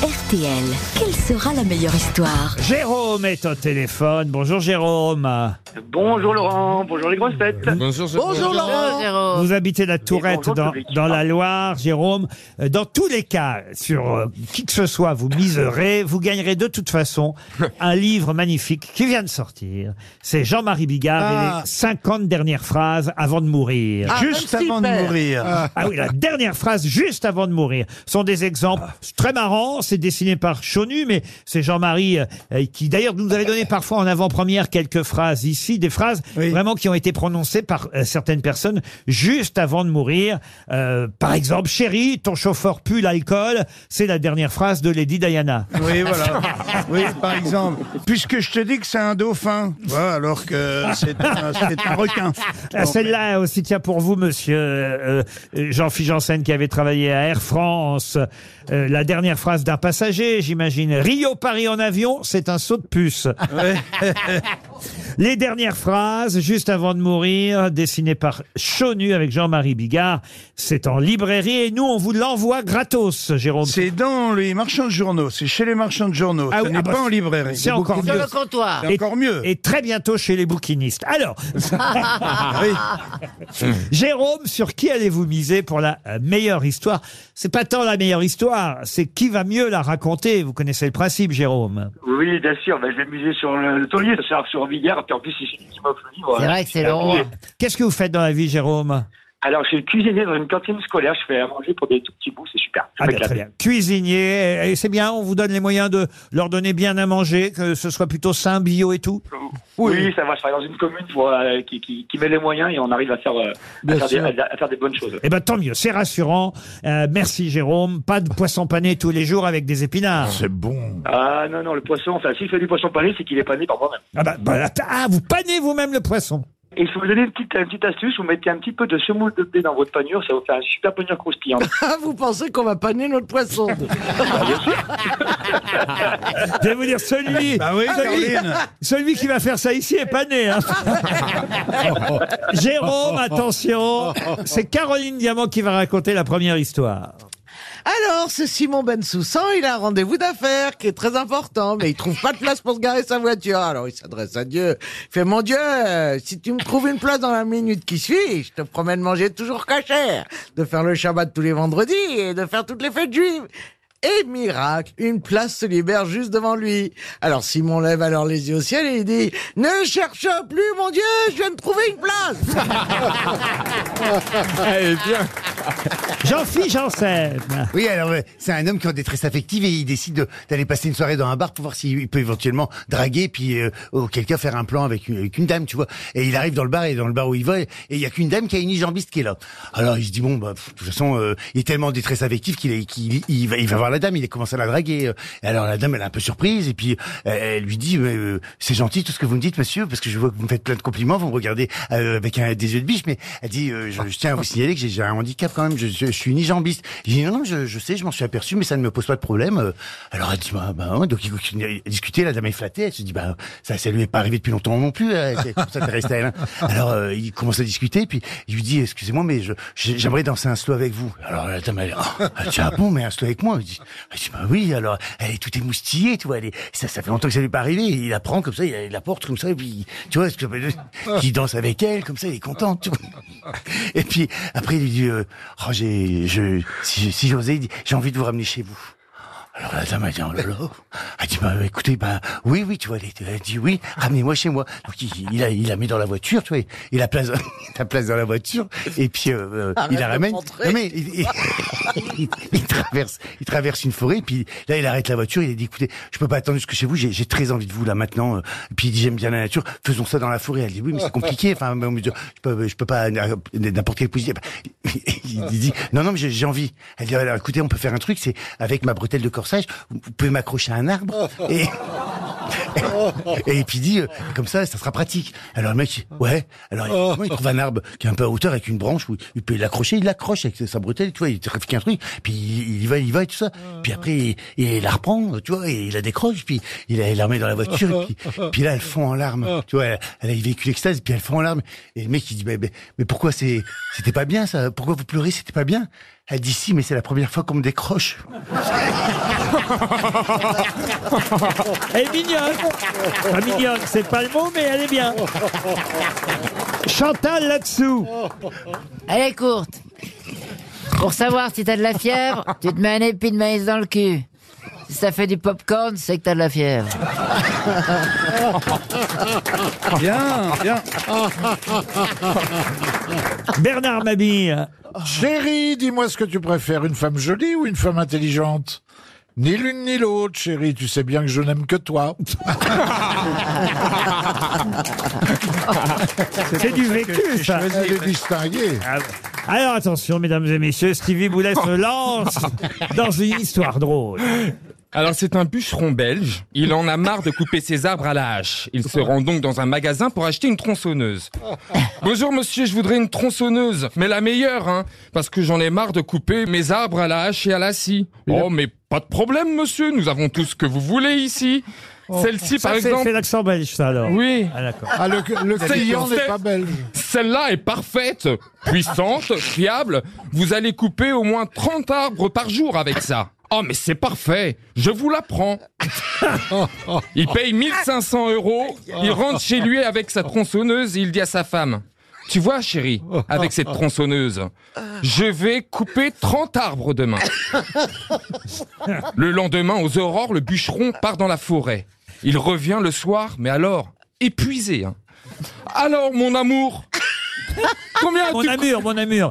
RTL, quelle sera la meilleure histoire? Jérôme est au téléphone. Bonjour Jérôme. Bonjour Laurent, bonjour les grosses têtes. Bonjour Laurent. Vous habitez la Tourette bonjour, public. dans la Loire, Jérôme. Dans tous les cas, sur qui que ce soit, vous miserez, vous gagnerez de toute façon un livre magnifique qui vient de sortir. C'est Jean-Marie Bigard et les 50 dernières phrases avant de mourir. Juste avant de mourir. Ah oui, la dernière phrase juste avant de mourir. Ce sont des exemples très marrants. C'est dessiné par Chonu, mais c'est Jean-Marie qui d'ailleurs nous avait donné parfois en avant-première quelques phrases ici, des phrases vraiment qui ont été prononcées par certaines personnes juste avant de mourir. Par exemple, chérie, ton chauffeur pue l'alcool. C'est la dernière phrase de Lady Diana. Oui, voilà. Oui, par exemple. Puisque je te dis que c'est un dauphin, voilà, alors que c'est un requin. Celle-là aussi tient pour vous, monsieur Jean-Philippe Janssen, qui avait travaillé à Air France. La dernière phrase d'un passager, j'imagine. Rio-Paris en avion, c'est un saut de puce. Les dernières phrases, juste avant de mourir, dessinées par Chonu avec Jean-Marie Bigard. C'est en librairie et nous, on vous l'envoie gratos, Jérôme. C'est dans les marchands de journaux, c'est chez les marchands de journaux, Ah ce oui, n'est pas en librairie. C'est encore mieux. C'est encore mieux. Et très bientôt chez les bouquinistes. Alors, Jérôme, sur qui allez-vous miser pour la meilleure histoire? C'est pas tant la meilleure histoire, c'est qui va mieux la raconter. Vous connaissez le principe, Jérôme. Oui, bien sûr, je vais miser sur le taulier, ça sert sur Bigard, puis en plus, c'est qui m'offre le livre. C'est vrai que c'est le roi. Qu'est-ce que vous faites dans la vie, Jérôme? Alors, je suis cuisinier dans une cantine scolaire, je fais à manger pour des tout petits bouts, c'est super. Je m'éclate. Très bien. Cuisinier, et c'est bien, on vous donne les moyens de leur donner bien à manger, que ce soit plutôt sain, bio et tout? Oui, ça va, je travaille dans une commune qui met les moyens et on arrive à faire des bonnes choses. Eh ben tant mieux, c'est rassurant. Merci Jérôme. Pas de poisson pané tous les jours avec des épinards. C'est bon. Ah non, le poisson, enfin, s'il fait du poisson pané, c'est qu'il est pané par moi-même. Vous panez vous-même le poisson. Et je vais vous donner une petite astuce, vous mettez un petit peu de semoule de blé dans votre panure, ça va vous faire un super panure croustillant. Vous pensez qu'on va paner notre poisson? Je vais vous dire, celui qui va faire ça ici est pané. Hein. Jérôme, attention, c'est Caroline Diamant qui va raconter la première histoire. Alors, ce Simon Bensoussan, il a un rendez-vous d'affaires qui est très important, mais il trouve pas de place pour se garer sa voiture. Alors, il s'adresse à Dieu. Il fait, mon Dieu, si tu me trouves une place dans la minute qui suit, je te promets de manger toujours cachère, de faire le Shabbat tous les vendredis et de faire toutes les fêtes juives. Et miracle, une place se libère juste devant lui. Alors Simon lève alors les yeux au ciel et il dit « Ne cherche plus, mon Dieu, je viens de trouver une place !» Eh bien. Jean-Philippe Janssen. Oui, alors c'est un homme qui est en détresse affective et il décide d'aller passer une soirée dans un bar pour voir s'il peut éventuellement draguer puis auquel cas faire un plan avec une dame, tu vois. Et il arrive dans le bar et dans le bar où il va et il y a qu'une dame qui a une nigambiste qui est là. Alors il se dit bon de toute façon il est tellement en détresse affective qu'il va voir la dame, il commence à la draguer. Et alors la dame elle est un peu surprise et puis elle lui dit c'est gentil tout ce que vous me dites monsieur parce que je vois que vous me faites plein de compliments, vous me regardez avec des yeux de biche mais elle dit je tiens à vous signaler que j'ai un handicap quand même, je suis unijambiste. Il dit non, je sais, je m'en suis aperçu, mais ça ne me pose pas de problème. Alors elle dit donc il continue à discuter, la dame est flattée, elle se dit ça lui est pas arrivé depuis longtemps non plus, elle s'intéresse à elle. Hein. Alors il commence à discuter, puis il lui dit excusez-moi, mais j'aimerais danser un slow avec vous. Alors la dame elle dit bon, mais un slow avec moi. Elle dit oui, alors elle est toute émoustillée, tu vois, ça fait longtemps que ça lui est pas arrivé, il la prend comme ça, il la porte comme ça, et puis tu vois, il danse avec elle, comme ça, il est content, tu vois. Et puis après il lui dit si j'osais, j'ai envie de vous ramener chez vous. Alors la dame a dit, oh là là. Elle dit, écoutez, oui, tu vois, elle dit oui, ramenez-moi chez moi. Donc il la met dans la voiture, tu vois, il la place dans la voiture, et puis il la ramène. Non mais il traverse une forêt, puis là il arrête la voiture, il dit, écoutez, je peux pas attendre jusque chez vous, j'ai très envie de vous là maintenant. Et puis il dit, j'aime bien la nature, faisons ça dans la forêt. Elle dit, oui, mais c'est compliqué. Enfin, je peux pas n'importe quelle position. Il dit, non, mais j'ai envie. Elle dit, alors écoutez, on peut faire un truc, c'est avec ma bretelle de corsage, vous pouvez m'accrocher à un arbre et puis il dit comme ça sera pratique. Alors le mec ouais, alors il trouve un arbre qui est un peu à hauteur avec une branche où il peut l'accrocher, il l'accroche avec sa bretelle, tu vois, il trafique un truc, puis il y va et tout ça, puis après il la reprend, tu vois, et il la décroche, puis il la remet dans la voiture, puis là elle fond en larmes, tu vois, elle a vécu l'extase, puis elle fond en larmes, et le mec il dit mais pourquoi c'était pas bien ça, pourquoi vous pleurez, c'était pas bien? Elle dit si, mais c'est la première fois qu'on me décroche. Elle est mignonne. Pas mignonne, c'est pas le mot, mais elle est bien. Chantal là-dessous. Elle est courte. Pour savoir si t'as de la fièvre, tu te mets un épi de maïs dans le cul. Si ça fait du popcorn, c'est que t'as de la fièvre. Bien, bien. Bernard Mabille. Chérie, dis-moi ce que tu préfères, une femme jolie ou une femme intelligente? Ni l'une ni l'autre, chérie, tu sais bien que je n'aime que toi. C'est du vécu, ça. Elle est distinguée. Alors attention, mesdames et messieurs, Stevie Boulet se lance dans une histoire drôle. Alors c'est un bûcheron belge, il en a marre de couper ses arbres à la hache. Il se rend donc dans un magasin pour acheter une tronçonneuse. Bonjour monsieur, je voudrais une tronçonneuse, mais la meilleure, hein, parce que j'en ai marre de couper mes arbres à la hache et à la scie. Oh mais pas de problème monsieur, nous avons tout ce que vous voulez ici. Celle-ci par exemple... C'est l'accent belge, ça alors. Oui. Ah d'accord. Ah, le client n'est pas belge. Celle-là est parfaite, puissante, fiable. Vous allez couper au moins 30 arbres par jour avec ça. Oh, mais c'est parfait. Je vous la prends. Il paye 1500 €. Il rentre chez lui avec sa tronçonneuse et il dit à sa femme, tu vois, chérie, avec cette tronçonneuse, je vais couper 30 arbres demain. Le lendemain, aux aurores, le bûcheron part dans la forêt. Il revient le soir, mais alors, épuisé. Hein. Alors, mon amour, combien Mon amour.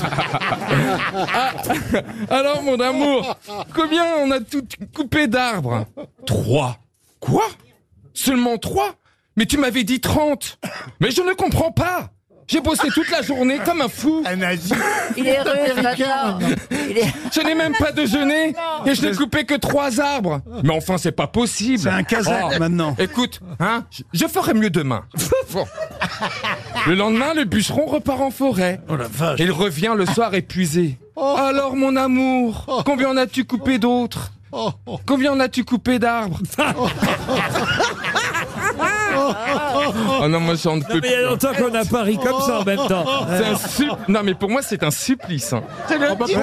Alors, mon amour, combien on a tout coupé d'arbres? 3. Quoi? Seulement 3? Mais tu m'avais dit 30. Mais je ne comprends pas. J'ai bossé toute la journée comme un fou. Il est russe maintenant. Je n'ai même pas déjeuné et je n'ai coupé que 3 arbres. Mais enfin, c'est pas possible. C'est un kazakh maintenant. Écoute, hein, je ferai mieux demain. Bon. Le lendemain, le bûcheron repart en forêt. Oh la vache. Il revient le soir épuisé. Alors, mon amour, combien en as-tu coupé d'autres? Combien en as-tu coupé d'arbres? Oh non, moi j'en peux Mais il y a longtemps qu'on a pas ri comme ça en même temps. Non, mais pour moi, c'est un supplice. Hein. C'est le type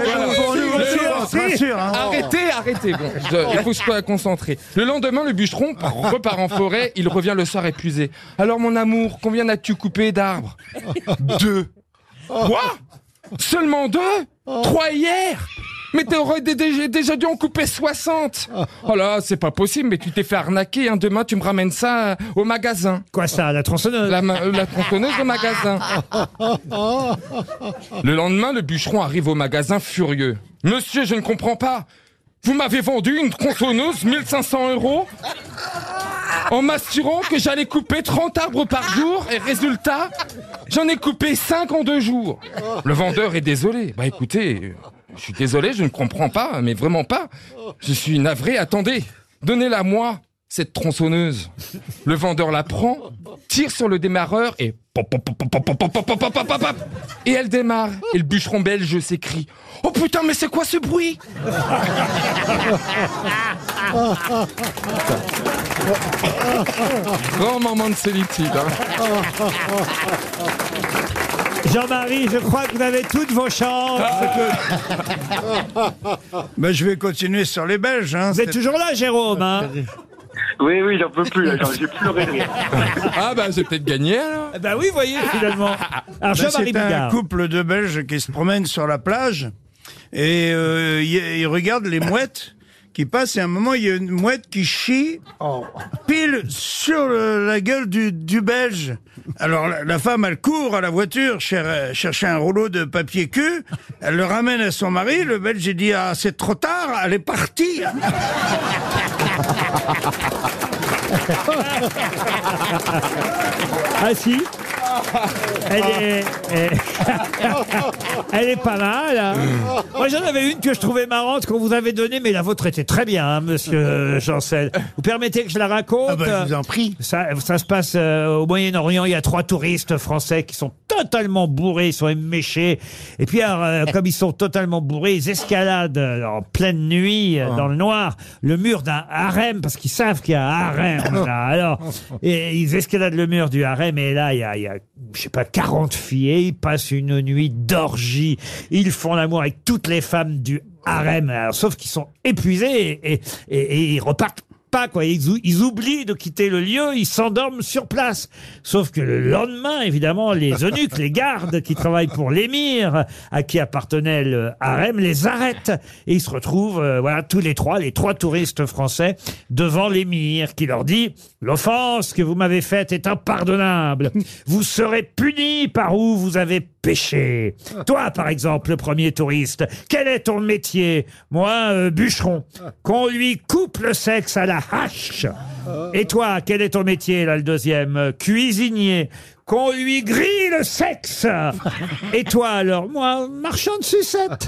Arrêtez. Bon, il faut que je sois concentré. Le lendemain, le bûcheron repart en forêt. Il revient le soir épuisé. Alors, mon amour, combien as-tu coupé d'arbres? 2. Quoi? Seulement 2? 3 hier? Mais t'aurais déjà dû en couper 60. Oh là, c'est pas possible, mais tu t'es fait arnaquer. Hein. Demain, tu me ramènes ça au magasin. Quoi ça, la tronçonneuse? La tronçonneuse au magasin. Le lendemain, le bûcheron arrive au magasin furieux. Monsieur, je ne comprends pas. Vous m'avez vendu une tronçonneuse 1500 € en m'assurant que j'allais couper 30 arbres par jour et résultat, j'en ai coupé 5 en 2 jours. Le vendeur est désolé. Bah écoutez... Je suis désolé, je ne comprends pas, mais vraiment pas. Je suis navré, attendez, donnez-la-moi, cette tronçonneuse. Le vendeur la prend, tire sur le démarreur et... Et elle démarre. Et le bûcheron belge s'écrie, oh putain, mais c'est quoi ce bruit? Grand moment de solitude. Hein. Jean-Marie, je crois que vous avez toutes vos chances. Ben, je vais continuer sur les Belges. Hein. Vous êtes toujours là, Jérôme, hein? Oui, j'en peux plus, là, j'ai pleuré de rire. Ah bah j'ai peut-être gagné alors. Bah oui, voyez, finalement. Alors, Jean-Marie C'est un Bigard. couple de Belges qui se promènent sur la plage et ils regardent les mouettes qui passent et à un moment il y a une mouette qui chie pile sur la gueule du Belge. Alors la femme elle court à la voiture chercher un rouleau de papier cul, elle le ramène à son mari, le Belge il dit ah c'est trop tard, elle est partie. Ah si. Elle est pas mal. Hein. Moi, j'en avais une que je trouvais marrante qu'on vous avait donnée, mais la vôtre était très bien, hein, monsieur Janssen. Vous permettez que je la raconte? Ah bah, je vous en prie. Ça se passe au Moyen-Orient. Il y a 3 touristes français qui sont totalement bourrés, ils sont éméchés. Et puis, alors, comme ils sont totalement bourrés, ils escaladent en pleine nuit, dans le noir, le mur d'un harem, parce qu'ils savent qu'il y a un harem. Là. Alors, et ils escaladent le mur du harem, et là, il y a je sais pas, 40 filles, et ils passent une nuit d'orgie. Ils font l'amour avec toutes les femmes du harem. Alors, sauf qu'ils sont épuisés et ils repartent pas, quoi. Ils oublient de quitter le lieu, ils s'endorment sur place. Sauf que le lendemain, évidemment, les eunuques, les gardes qui travaillent pour l'émir, à qui appartenait le harem, les arrêtent. Et ils se retrouvent, voilà, tous les trois touristes français, devant l'émir, qui leur dit « L'offense que vous m'avez faite est impardonnable. Vous serez punis par où vous avez péché. Toi, par exemple, le premier touriste, quel est ton métier? Moi, bûcheron. Qu'on lui coupe le sexe à la hache. Et toi, quel est ton métier, là, le deuxième? Cuisinier. Qu'on lui grille le sexe. Et toi, alors? Moi, marchand de sucettes.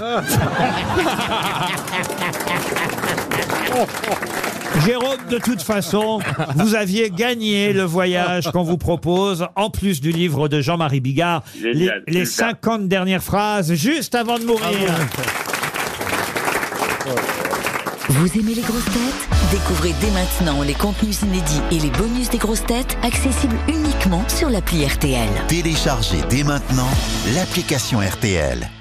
Jérôme, de toute façon, vous aviez gagné le voyage qu'on vous propose, en plus du livre de Jean-Marie Bigard, les 50 dernières phrases, juste avant de mourir. Vous aimez les grosses têtes? Découvrez dès maintenant les contenus inédits et les bonus des grosses têtes, accessibles uniquement sur l'appli RTL. Téléchargez dès maintenant l'application RTL.